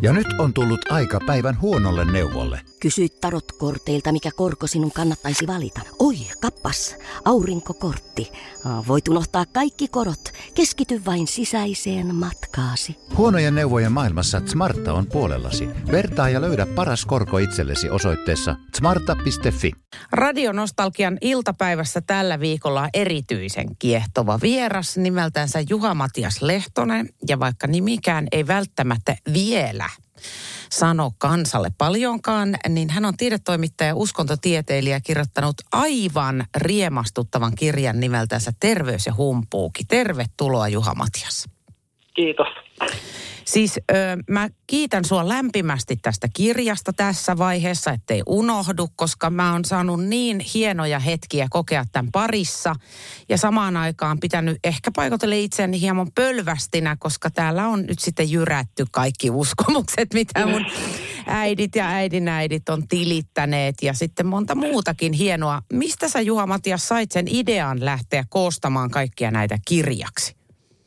Ja nyt on tullut aika päivän huonolle neuvolle. Kysy tarotkorteilta, mikä korko sinun kannattaisi valita. Oi, kappas, aurinkokortti. Voit unohtaa kaikki korot. Keskity vain sisäiseen matkaasi. Huonojen neuvojen maailmassa Smarta on puolellasi. Vertaa ja löydä paras korko itsellesi osoitteessa smarta.fi. Radionostalgian iltapäivässä tällä viikolla erityisen kiehtova vieras nimeltänsä Juha-Matias Lehtonen. Ja vaikka nimikään ei välttämättä vielä sano kansalle paljonkaan, niin hän on tiedetoimittaja ja uskontotieteilijä kirjoittanut aivan riemastuttavan kirjan nimeltänsä Terveys ja humpuuki. Tervetuloa Juha-Matias. Kiitos. Siis mä kiitän sua lämpimästi tästä kirjasta tässä vaiheessa, ettei unohdu, koska mä oon saanut niin hienoja hetkiä kokea tämän parissa. Ja samaan aikaan pitänyt ehkä paikotella itseäni hieman pölvästinä, koska täällä on nyt sitten jyrätty kaikki uskomukset, mitä mun äidit ja äidinäidit on tilittäneet ja sitten monta muutakin hienoa. Mistä sä Juha-Matias sait sen idean lähteä koostamaan kaikkia näitä kirjaksi?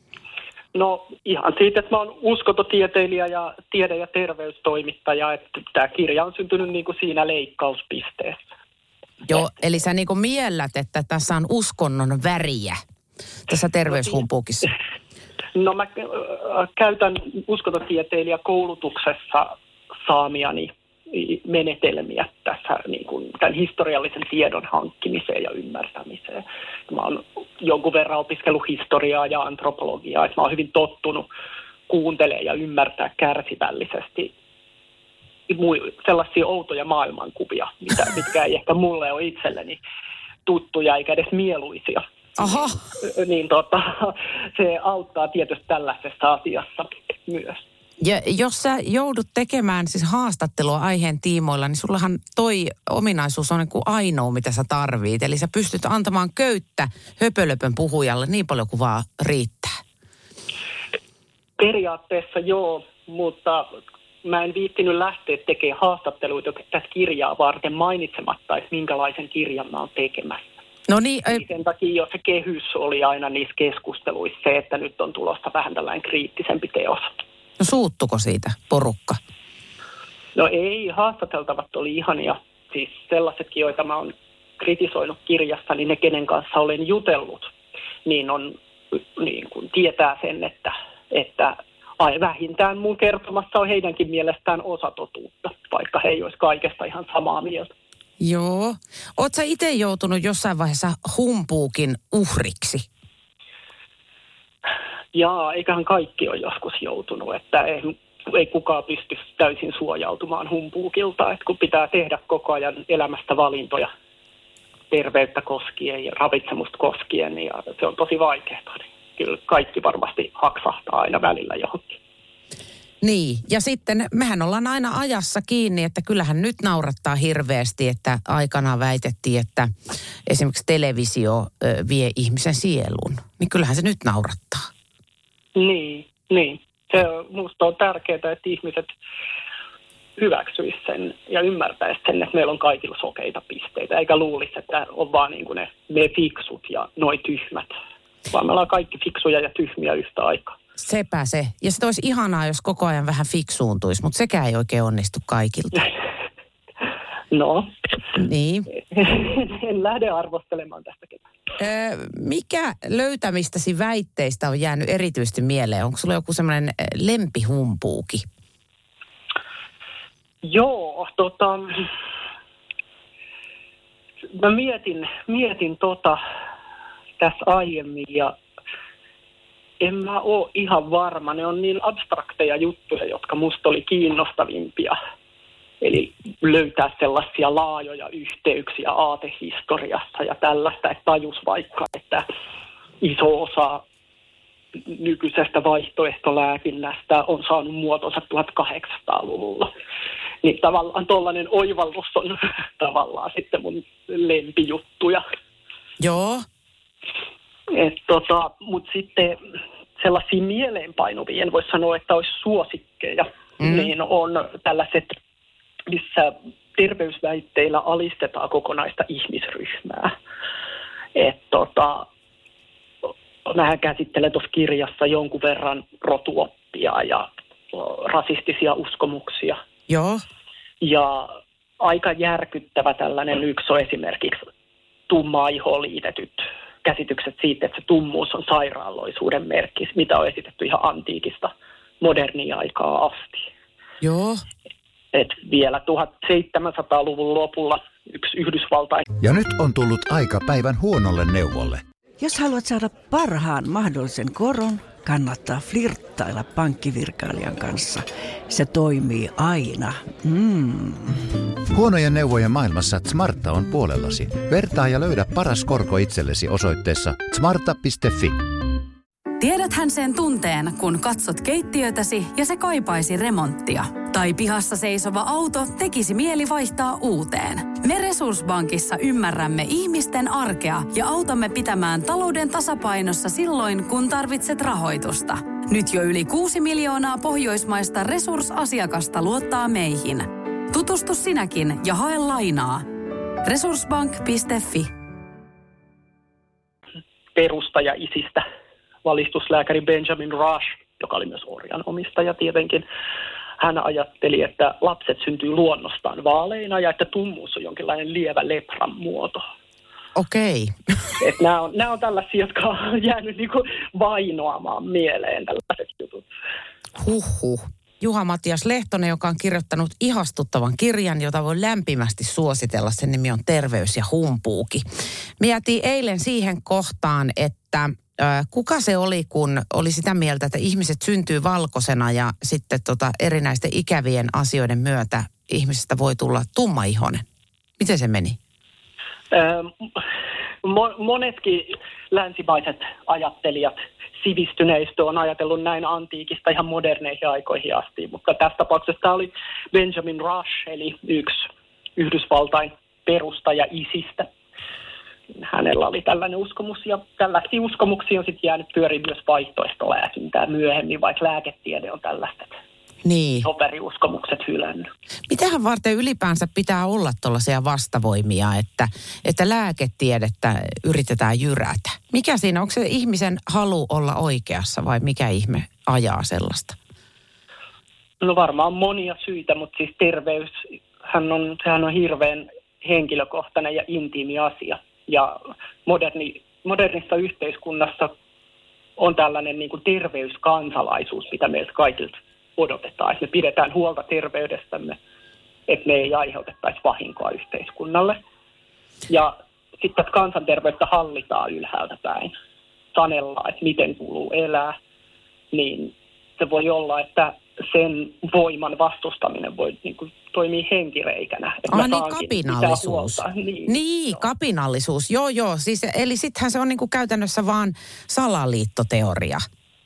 No ihan siitä, että mä oon uskontotieteilijä ja tiede- ja terveystoimittaja, että tämä kirja on syntynyt niin kuin siinä leikkauspisteessä. Joo, eli sä niin kuin miellät, että tässä on uskonnon väriä tässä terveyshumpuukissa. No mä käytän uskontotieteilijäkoulutuksessa saamiani menetelmiä tässä niin kuin tämän historiallisen tiedon hankkimiseen ja ymmärtämiseen. Mä oon jonkun verran opiskellut historiaa ja antropologiaa, että mä oon hyvin tottunut kuuntelemaan ja ymmärtää kärsivällisesti sellaisia outoja maailmankuvia, mitkä ei ehkä mulle ole itselleni tuttuja eikä edes mieluisia. Aha. Niin se auttaa tietysti tällaisessa asiassa myös. Ja jos sä joudut tekemään siis haastattelua aiheen tiimoilla, niin sullahan toi ominaisuus on niin kuin ainoa, mitä sä tarvit. Eli sä pystyt antamaan köyttä höpölöpön puhujalle niin paljon kuin vaan riittää. Periaatteessa joo, mutta mä en viittinyt lähteä tekemään haastatteluita tätä kirjaa varten mainitsematta, että minkälaisen kirjan mä oon tekemässä. No niin. Sen takia jo se kehys oli aina niissä keskusteluissa se, että nyt on tulossa vähän tällainen kriittisempi teos. No suuttuko siitä porukka? No ei, haastateltavat oli ihania. Siis sellaisetkin, joita mä oon kritisoinut kirjassa, niin ne, kenen kanssa olen jutellut, niin kun tietää sen, että vähintään mun kertomassa on heidänkin mielestään osatotuutta, vaikka he ei olisi kaikesta ihan samaa mieltä. Joo. Oot sä itse joutunut jossain vaiheessa humpuukin uhriksi? Jaa, eiköhän kaikki ole joskus joutunut, että ei kukaan pysty täysin suojautumaan humpuukilta, että kun pitää tehdä koko ajan elämästä valintoja terveyttä koskien ja ravitsemusta koskien, ja se on tosi vaikeaa. Kyllä kaikki varmasti haksahtaa aina välillä johonkin. Niin, ja sitten mehän ollaan aina ajassa kiinni, että kyllähän nyt naurattaa hirveästi, että aikanaan väitettiin, että esimerkiksi televisio vie ihmisen sielun. Niin kyllähän se nyt naurattaa. Niin. Minusta on tärkeää, että ihmiset hyväksyisivät sen ja ymmärtäisivät sen, että meillä on kaikilla sokeita pisteitä, eikä luulisi, että on vaan niin kuin ne fiksut ja noi tyhmät, vaan me ollaan kaikki fiksuja ja tyhmiä yhtä aikaa. Sepä se. Ja se olisi ihanaa, jos koko ajan vähän fiksuuntuisi, mutta sekään ei oikein onnistu kaikilta. No. Niin. En lähde arvostelemaan tästä ketään. Mikä löytämistäsi väitteistä on jäänyt erityisesti mieleen? Onko sulla joku semmoinen lempihumpuuki? Joo, mä mietin tässä aiemmin ja en mä ole ihan varma. Ne on niin abstrakteja juttuja, jotka musta oli kiinnostavimpia. Eli löytää sellaisia laajoja yhteyksiä aatehistoriassa ja tällaista, että tajus vaikka, että iso osa nykyisestä vaihtoehtolääkinnästä on saanut muotonsa 1800-luvulla. Niin tavallaan tollainen oivallus on tavallaan sitten mun lempijuttuja. Joo. Mutta sitten sellaisia mieleenpainuvia, en voi sanoa, että olisi suosikkeja, niin on tällaiset, missä terveysväitteillä alistetaan kokonaista ihmisryhmää. Mähän käsittelen tuossa kirjassa jonkun verran rotuoppia ja rasistisia uskomuksia. Joo. Ja aika järkyttävä tällainen yksi on esimerkiksi tummaa ihoon liitetyt käsitykset siitä, että se tummuus on sairaaloisuuden merkki, mitä on esitetty ihan antiikista modernia aikaa asti. Joo. Et vielä 1700-luvun lopulla yksi Yhdysvaltain. Ja nyt on tullut aika päivän huonolle neuvolle. Jos haluat saada parhaan mahdollisen koron, kannattaa flirttailla pankkivirkailijan kanssa. Se toimii aina. Huonojen neuvojen maailmassa Smarta on puolellasi. Vertaa ja löydä paras korko itsellesi osoitteessa smarta.fi. Tiedäthän sen tunteen, kun katsot keittiötäsi ja se kaipaisi remonttia. Tai pihassa seisova auto tekisi mieli vaihtaa uuteen. Me Resurssbankissa ymmärrämme ihmisten arkea ja autamme pitämään talouden tasapainossa silloin, kun tarvitset rahoitusta. Nyt jo yli 6 miljoonaa pohjoismaista resursasiakasta luottaa meihin. Tutustu sinäkin ja hae lainaa. Resurssbank.fi. Perustaja isistä, valistuslääkäri Benjamin Rush, joka oli myös orjan omistaja tietenkin. Hän ajatteli, että lapset syntyy luonnostaan vaaleina ja että tummuus on jonkinlainen lievä lepran muoto. Okei. Että nämä on tällaisia, jotka on jäänyt niinku vainoamaan mieleen tällaiset jutut. Huhhuh. Juha-Matias Lehtonen, joka on kirjoittanut ihastuttavan kirjan, jota voi lämpimästi suositella. Sen nimi on Terveys ja humpuuki. Me jäätiin eilen siihen kohtaan, että kuka se oli, kun oli sitä mieltä, että ihmiset syntyy valkoisena ja sitten erinäisten ikävien asioiden myötä ihmisestä voi tulla tummaihoinen. Miten se meni? Monetkin länsimaiset ajattelijat, sivistyneistö on ajatellut näin antiikista ihan moderneihin aikoihin asti, mutta tässä tapauksessa tämä oli Benjamin Rush, eli yksi Yhdysvaltain perustaja isistä. Hänellä oli tällainen uskomus, ja tällaisia uskomuksia on sitten jäänyt pyöriin myös vaihtoehtolääkintää myöhemmin, vaikka lääketiede on tällaiset soperiuskomukset hylännyt. Mitähän varten ylipäänsä pitää olla tuollaisia vastavoimia, että lääketiedettä yritetään jyrätä? Mikä siinä, onko se ihmisen halu olla oikeassa vai mikä ihme ajaa sellaista? No varmaan monia syitä, mutta siis terveys, sehän on hirveän henkilökohtainen ja intiimi asia. Ja modernissa yhteiskunnassa on tällainen niin kuin terveyskansalaisuus, mitä meiltä kaikilta odotetaan. Että me pidetään huolta terveydestämme, että me ei aiheutettaisi vahinkoa yhteiskunnalle. Ja sitten kansanterveyttä hallitaan ylhäältä päin. Sanellaan, että miten kuuluu elää. Niin se voi olla, että sen voiman vastustaminen voi niin kuin toimia henkireikänä. Kapinallisuus. Niin, kapinallisuus. Joo. Siis, eli sittenhän se on niin kuin käytännössä vaan salaliittoteoria.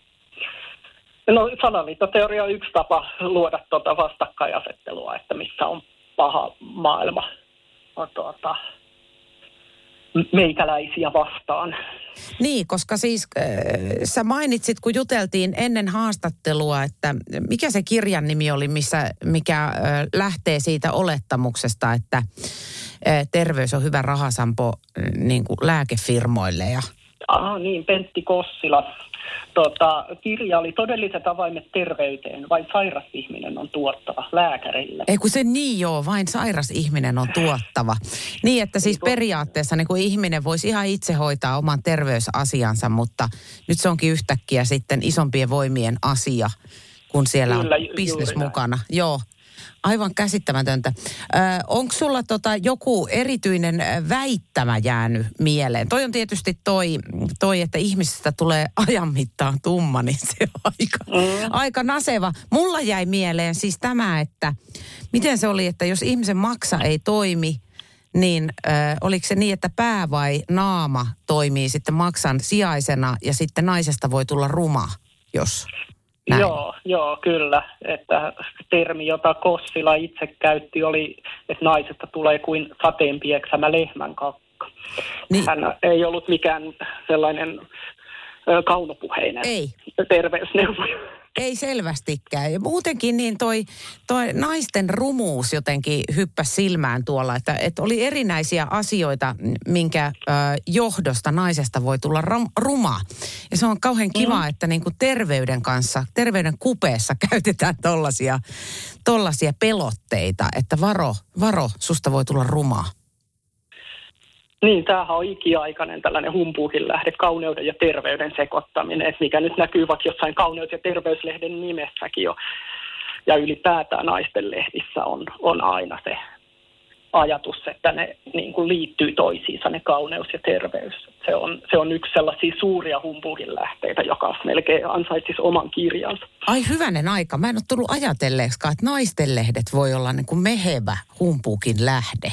No salaliittoteoria on yksi tapa luoda vastakkainasettelua, että missä on paha maailma meikäläisiä vastaan. Niin, koska siis sä mainitsit, kun juteltiin ennen haastattelua, että mikä se kirjan nimi oli, mikä lähtee siitä olettamuksesta, että terveys on hyvä rahasampo niin kuin lääkefirmoille. Niin, Pentti Kossila. Kirja oli Todelliset avaimet terveyteen. Vain sairas ihminen on tuottava lääkärille. Ei kun se niin joo, vain sairas ihminen on tuottava. Niin, että siis periaatteessa niin kuin ihminen voisi ihan itse hoitaa oman terveysasiansa, mutta nyt se onkin yhtäkkiä sitten isompien voimien asia, kun siellä on business mukana. Joo. Aivan käsittämätöntä. Onko sulla joku erityinen väittämä jäänyt mieleen? Toi on tietysti toi että ihmisestä tulee ajan mittaan tumma, niin se on aika naseva. Mulla jäi mieleen siis tämä, että miten se oli, että jos ihmisen maksa ei toimi, niin oliko se niin, että pää vai naama toimii sitten maksan sijaisena ja sitten naisesta voi tulla ruma, jos... Näin. Joo, kyllä. Että termi, jota Kossila itse käytti, oli, että naisesta tulee kuin sateenpieksämä lehmän kakka. Niin. Hän ei ollut mikään sellainen kaunopuheinen terveysneuvoja. Ei selvästikään. Ja muutenkin niin toi naisten rumuus jotenkin hyppäsi silmään tuolla, että oli erinäisiä asioita, minkä johdosta naisesta voi tulla ruma. Ja se on kauhean kiva, että niin kuin terveyden kupeessa käytetään tollaisia pelotteita, että varo, susta voi tulla rumaa. Niin, tämähän on ikiaikainen tällainen humpuukin lähde, kauneuden ja terveyden sekoittaminen, että mikä nyt näkyy vaikka jossain kauneus- ja terveyslehden nimessäkin jo. Ja ylipäätään naisten lehdissä on aina se ajatus, että ne niin kuin liittyy toisiinsa, ne kauneus ja terveys. Se on yksi sellaisia suuria humpuukin lähteitä, joka melkein ansaitsisi oman kirjansa. Ai hyvänen aika, mä en ole tullut ajatelleeksikaan, että naisten lehdet voi olla niin kuin mehevä humpuukin lähde.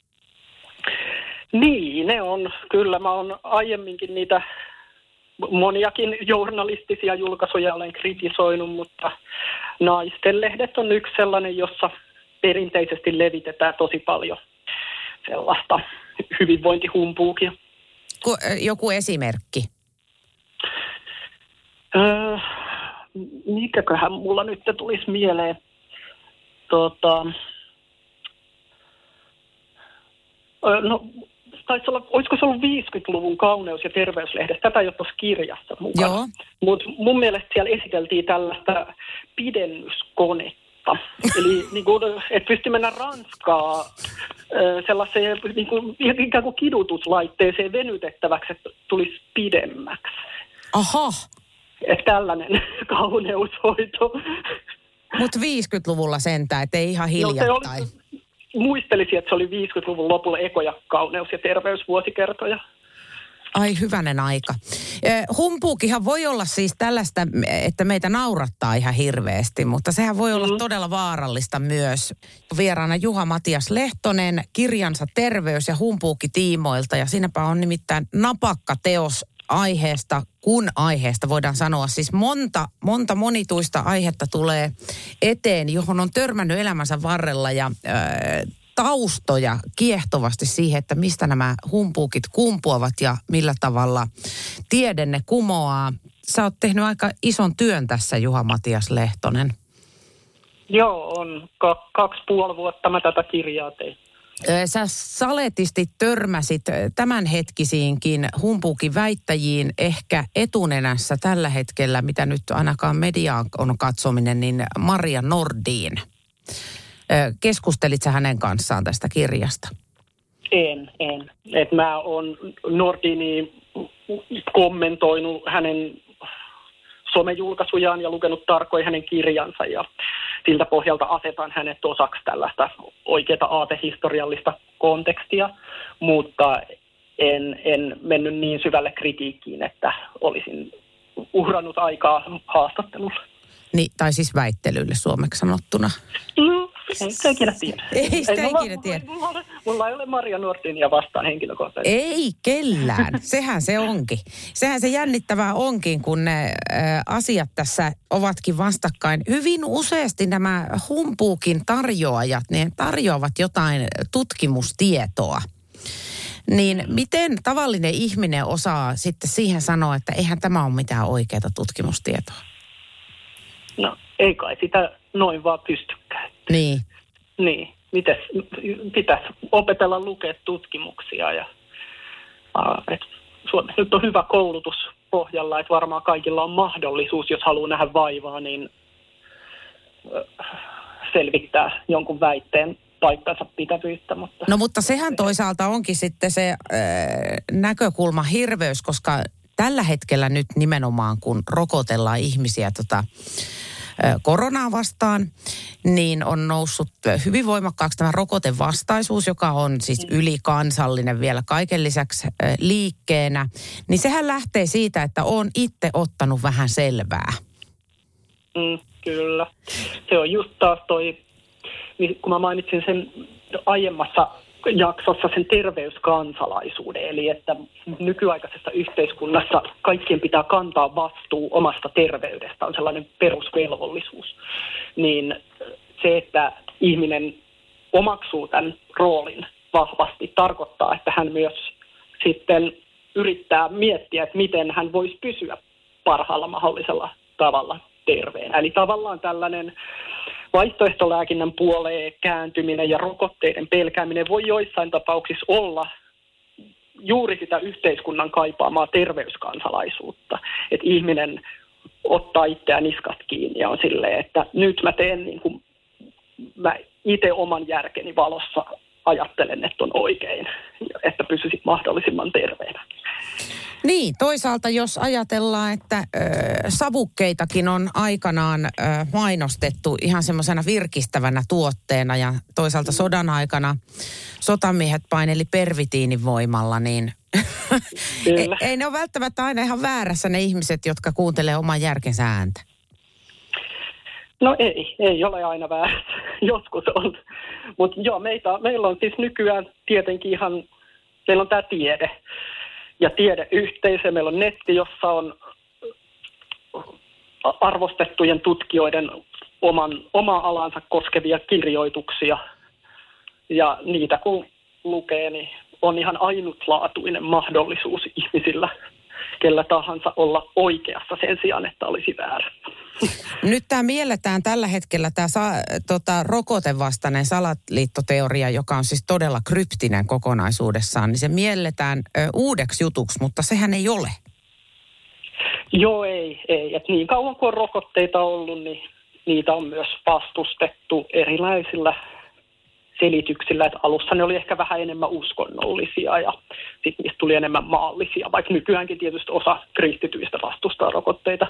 Niin, ne on. Kyllä mä oon aiemminkin niitä moniakin journalistisia julkaisuja olen kritisoinut, mutta naisten lehdet on yksi sellainen, jossa perinteisesti levitetään tosi paljon sellaista hyvinvointihumpuukia. Joku esimerkki? Mikäköhän mulla nyt tulisi mieleen? Taisi olla, olisiko se ollut 50-luvun kauneus- ja terveyslehdestä? Tätä ei ole tuossa kirjassa mukana. Mutta mun mielestä siellä esiteltiin tällaista pidennyskonetta. Eli niin kuin, että pystyi mennä Ranskaa sellaiseen niin kuin, ikään kuin kidutuslaitteeseen venytettäväksi, että tulisi pidemmäksi. Aha. Että tällainen kauneushoito. Mutta 50-luvulla sentään, ettei ihan hiljattain. Muistelisin, että se oli 50-luvun lopulla ekoja kauneus- ja terveysvuosikertoja. Ai hyvänen aika. Humpuukihan voi olla siis tällaista, että meitä naurattaa ihan hirveästi, mutta sehän voi olla todella vaarallista myös. Vieraana Juha Matias Lehtonen kirjansa Terveys- ja humpuukitiimoilta, ja siinäpä on nimittäin napakka teos aiheesta, kun aiheesta voidaan sanoa. Siis monta monituista aihetta tulee eteen, johon on törmännyt elämänsä varrella ja taustoja kiehtovasti siihen, että mistä nämä humpuukit kumpuavat ja millä tavalla tiede ne kumoaa. Sä oot tehnyt aika ison työn tässä, Juha Matias Lehtonen. Joo, on 2,5 vuotta mä tätä kirjaa tein. Sä saletisti törmäsit tämänhetkisiinkin humpuukin väittäjiin ehkä etunenässä tällä hetkellä, mitä nyt ainakaan mediaan on katsominen, niin Maria Nordiin. Keskustelit sä hänen kanssaan tästä kirjasta? En. Et mä oon Nordini kommentoinut hänen somejulkaisujaan ja lukenut tarkoin hänen kirjansa ja siltä pohjalta asetan hänet osaksi tällaista oikeaa aatehistoriallista kontekstia, mutta en mennyt niin syvälle kritiikkiin, että olisin uhrannut aikaa haastattelulla. Niin, tai siis väittelylle suomeksi sanottuna. Ei sitä ikinä tiedä. Ei sitä ikinä tiedä. Mulla ei ole Maria Nordinia vastaan henkilökohtaisesti. Ei kellään. Sehän se onkin. Sehän se jännittävää onkin, kun ne asiat tässä ovatkin vastakkain. Hyvin useasti nämä humpuukin tarjoajat, ne tarjoavat jotain tutkimustietoa. Niin miten tavallinen ihminen osaa sitten siihen sanoa, että eihän tämä ole mitään oikeaa tutkimustietoa? No, ei kai sitä noin vaan pystykään. Niin. Niin. Pitäisi opetella lukea tutkimuksia ja Suomessa nyt on hyvä koulutus pohjalla, että varmaan kaikilla on mahdollisuus, jos haluaa nähdä vaivaa, niin selvittää jonkun väitteen paikkansa pitävyyttä. Mutta sehän toisaalta onkin sitten se näkökulma hirveys, koska tällä hetkellä nyt nimenomaan, kun rokotellaan ihmisiä koronaa vastaan, niin on noussut hyvin voimakkaaksi tämä rokotevastaisuus, joka on siis ylikansallinen vielä kaiken lisäksi liikkeenä. Niin sehän lähtee siitä, että on itse ottanut vähän selvää. Kyllä. Se on just taas kun mä mainitsin sen aiemmassa jaksossa sen terveyskansalaisuuden, eli että nykyaikaisessa yhteiskunnassa kaikkien pitää kantaa vastuu omasta terveydestä, on sellainen perusvelvollisuus. Niin se, että ihminen omaksuu tämän roolin vahvasti, tarkoittaa, että hän myös sitten yrittää miettiä, että miten hän voisi pysyä parhaalla mahdollisella tavalla terveenä. Eli tavallaan tällainen vaihtoehtolääkinnän puoleen kääntyminen ja rokotteiden pelkääminen voi joissain tapauksissa olla juuri sitä yhteiskunnan kaipaamaa terveyskansalaisuutta. Että ihminen ottaa itseään niskasta kiinni ja on silleen, että nyt mä teen niin kuin mä itse oman järkeni valossa ajattelen, että on oikein, että pysyisit mahdollisimman terveenä. Niin, toisaalta jos ajatellaan, että savukkeitakin on aikanaan mainostettu ihan semmoisena virkistävänä tuotteena ja toisaalta sodan aikana sotamiehet paineli pervitiinin voimalla, niin ei ne ole välttämättä aina ihan väärässä ne ihmiset, jotka kuuntelee oman järkensä ääntä. No ei ole aina väärässä, joskus on. Mutta joo, meillä on siis nykyään tietenkin ihan, meillä on tämä tiede ja tiedeyhteisö. Meillä on netti, jossa on arvostettujen tutkijoiden omaa alansa koskevia kirjoituksia. Ja niitä kun lukee, niin on ihan ainutlaatuinen mahdollisuus ihmisillä, kellä tahansa olla oikeassa sen sijaan, että olisi väärässä. Nyt tämä mielletään tällä hetkellä tämä rokotevastainen salaliittoteoria, joka on siis todella kryptinen kokonaisuudessaan, niin se mielletään uudeksi jutuksi, mutta sehän ei ole. Joo, ei. Et niin kauan kuin on rokotteita ollut, niin niitä on myös vastustettu erilaisilla selityksillä, että alussa ne oli ehkä vähän enemmän uskonnollisia ja sitten niistä tuli enemmän maallisia, vaikka nykyäänkin tietysti osa kristityistä vastustaa rokotteita.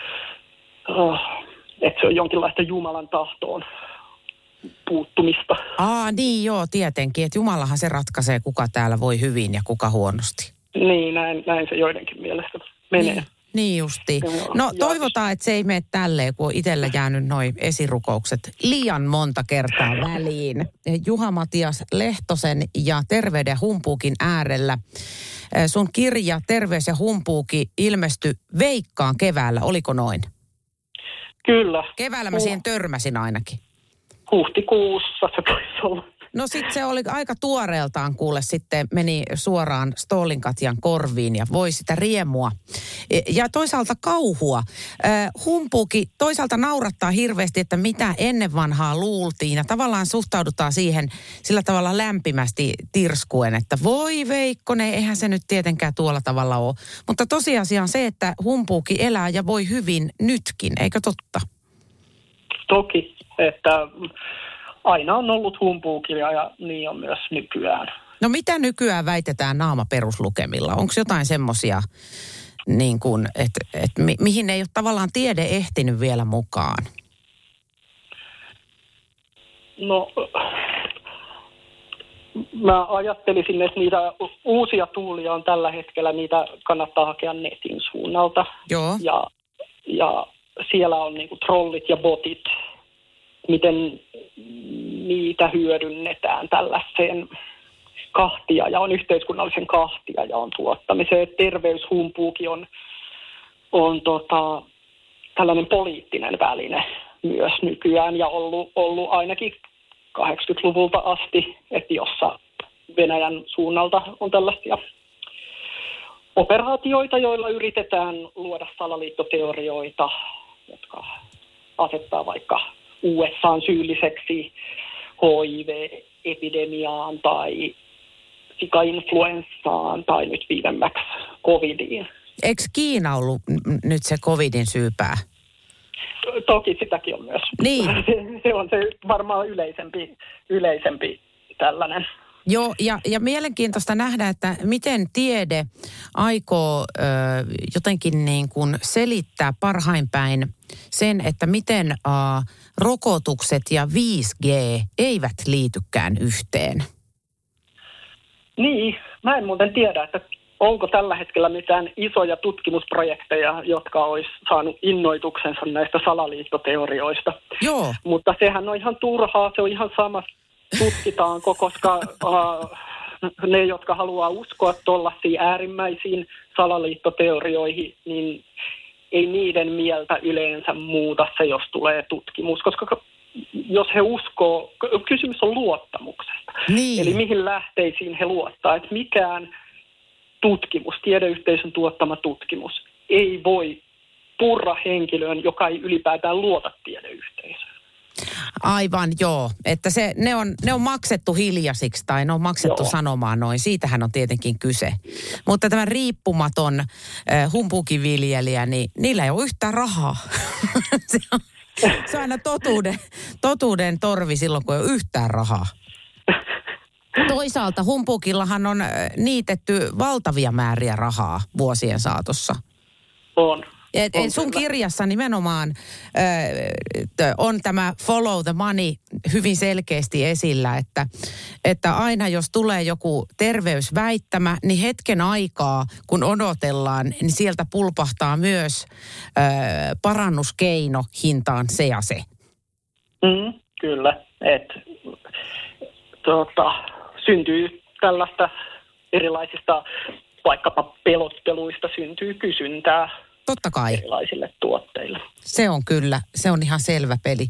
Että se on jonkinlaista Jumalan tahtoon puuttumista. Niin joo, tietenkin, että Jumalahan se ratkaisee, kuka täällä voi hyvin ja kuka huonosti. Niin, näin se joidenkin mielestä menee. Niin justiin. No toivotaan, että se ei mene tälleen, kun on itsellä jäänyt noi esirukoukset liian monta kertaa väliin. Juha-Matias Lehtosen ja Terveyden ja humpuukin äärellä. Sun kirja Terveys ja humpuuki ilmestyi Veikkaan keväällä, oliko noin? Kyllä. Keväällä mä siihen törmäsin ainakin. Huhtikuussa se taisi olla. No sit se oli aika tuoreeltaan kuule, sitten meni suoraan Stollinkatjan korviin ja voi sitä riemua. Ja toisaalta kauhua. Humpuukin toisaalta naurattaa hirveästi, että mitä ennen vanhaa luultiin ja tavallaan suhtaudutaan siihen sillä tavalla lämpimästi tirskuen, että voi Veikkonen, eihän se nyt tietenkään tuolla tavalla ole. Mutta tosiasia on se, että humpuukin elää ja voi hyvin nytkin, eikö totta? Toki, että aina on ollut humpuukia ja niin on myös nykyään. No mitä nykyään väitetään naamaperuslukemilla? Onko jotain semmoisia, niin kuin, että mihin ei ole tavallaan tiede ehtinyt vielä mukaan? No, mä ajattelisin, että niitä uusia tuulia on tällä hetkellä, niitä kannattaa hakea netin suunnalta. Joo. Ja siellä on niinku trollit ja botit, miten niitä hyödynnetään tällaiseen kahtiajaon, yhteiskunnallisen kahtiajaon tuottamiseen. Terveyshumpuukin on tällainen poliittinen väline myös nykyään ja ollut ainakin 80-luvulta asti, että jossa Venäjän suunnalta on tällaisia operaatioita, joilla yritetään luoda salaliittoteorioita, jotka asettaa vaikka USA:n syylliseksi HIV-epidemiaan tai sika-influenssaan tai nyt viimemmäksi covidiin. Eikö Kiina ollut nyt se covidin syypää? Toki sitäkin on myös. Niin. Se on se varmaan yleisempi tällainen. Joo, ja mielenkiintoista nähdä, että miten tiede aikoo jotenkin niin kuin selittää parhain päin sen, että miten rokotukset ja 5G eivät liitykään yhteen. Niin, mä en muuten tiedä, että onko tällä hetkellä mitään isoja tutkimusprojekteja, jotka olisi saanut innoituksensa näistä salaliittoteorioista. Joo. Mutta sehän on ihan turhaa, se on ihan sama, tutkitaanko, koska ne, jotka haluaa uskoa tuollaisiin äärimmäisiin salaliittoteorioihin, niin ei niiden mieltä yleensä muuta se, jos tulee tutkimus, koska jos he uskoo, kysymys on luottamuksesta. Niin. Eli mihin lähteisiin he luottaa, että mikään tutkimus, tiedeyhteisön tuottama tutkimus ei voi purra henkilöön, joka ei ylipäätään luota tiedeyhteisöön. Aivan, joo. Että ne on maksettu hiljaisiksi tai ne on maksettu sanomaan noin. Siitähän on tietenkin kyse. Mutta tämä riippumaton humpuukiviljelijä, niin niillä ei ole yhtään rahaa. Se on aina totuuden torvi silloin, kun ei ole yhtään rahaa. Toisaalta humpuukillahan on niitetty valtavia määriä rahaa vuosien saatossa. On. Sun kirjassa nimenomaan on tämä follow the money hyvin selkeästi esillä, että aina jos tulee joku terveysväittämä, niin hetken aikaa, kun odotellaan, niin sieltä pulpahtaa myös parannuskeino hintaan se ja se. Kyllä, syntyy tällaista erilaisista vaikkapa pelotteluista syntyy kysyntää. Totta kai. Erilaisille tuotteille. Se on ihan selvä peli.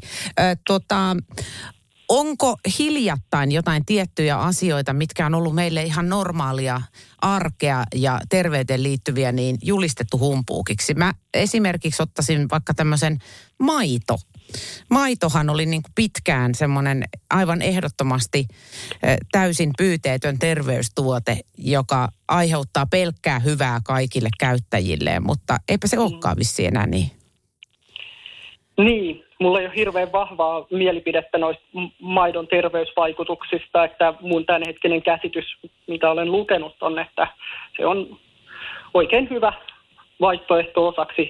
Onko hiljattain jotain tiettyjä asioita, mitkä on ollut meille ihan normaalia arkea ja terveyteen liittyviä, niin julistettu humpuukiksi? Mä esimerkiksi ottaisin vaikka tämmöisen maito. Maitohan oli niin kuin pitkään semmoinen aivan ehdottomasti täysin pyyteetön terveystuote, joka aiheuttaa pelkkää hyvää kaikille käyttäjilleen, mutta eipä se olekaan vissiin enää niin. Niin, mulla ei ole hirveän vahvaa mielipidettä noista maidon terveysvaikutuksista, että mun tämänhetkinen käsitys, mitä olen lukenut, on, että se on oikein hyvä vaihtoehto osaksi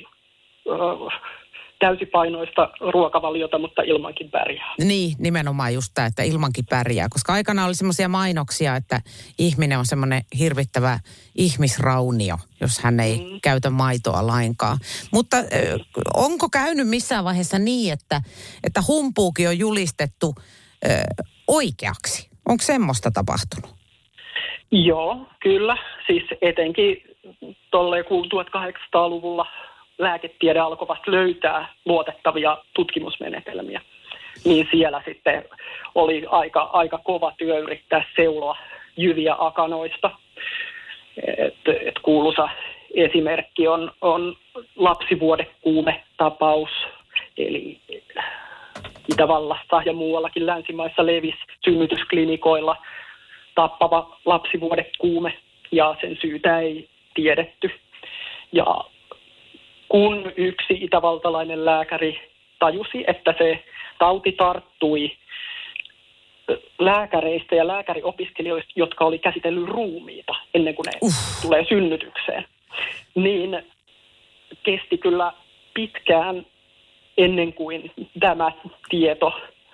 täysipainoista ruokavaliota, mutta ilmankin pärjää. Niin, nimenomaan just tämä, että ilmankin pärjää. Koska aikana oli semmoisia mainoksia, että ihminen on semmoinen hirvittävä ihmisraunio, jos hän ei käytä maitoa lainkaan. Mutta onko käynyt missään vaiheessa niin, että humpuuki on julistettu oikeaksi? Onko semmoista tapahtunut? Joo, kyllä. Siis etenkin tolleen kun 1800-luvulla lääketiede alkoi vasta löytää luotettavia tutkimusmenetelmiä, niin siellä sitten oli aika kova työ yrittää seuloa jyviä akanoista. Et kuuluisa esimerkki on lapsivuodekuumetapaus, eli Itävallassa ja muuallakin länsimaissa levisi synnytysklinikoilla tappava lapsivuodekuume, ja sen syytä ei tiedetty. Ja kun yksi itävaltalainen lääkäri tajusi, että se tauti tarttui lääkäreistä ja lääkäriopiskelijoista, jotka oli käsitellyt ruumiita ennen kuin ne tulee synnytykseen, niin kesti kyllä pitkään ennen kuin tämä tieto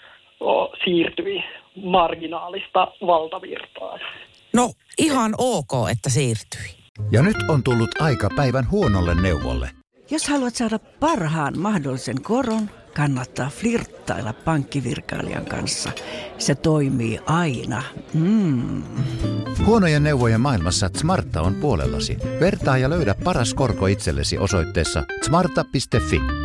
siirtyi marginaalista valtavirtaan. No ihan ok, että siirtyi. Ja nyt on tullut aika päivän huonolle neuvolle. Jos haluat saada parhaan mahdollisen koron, kannattaa flirttailla pankkivirkailijan kanssa. Se toimii aina. Huonojen neuvojen maailmassa Smarta on puolellasi. Vertaa ja löydä paras korko itsellesi osoitteessa smarta.fi.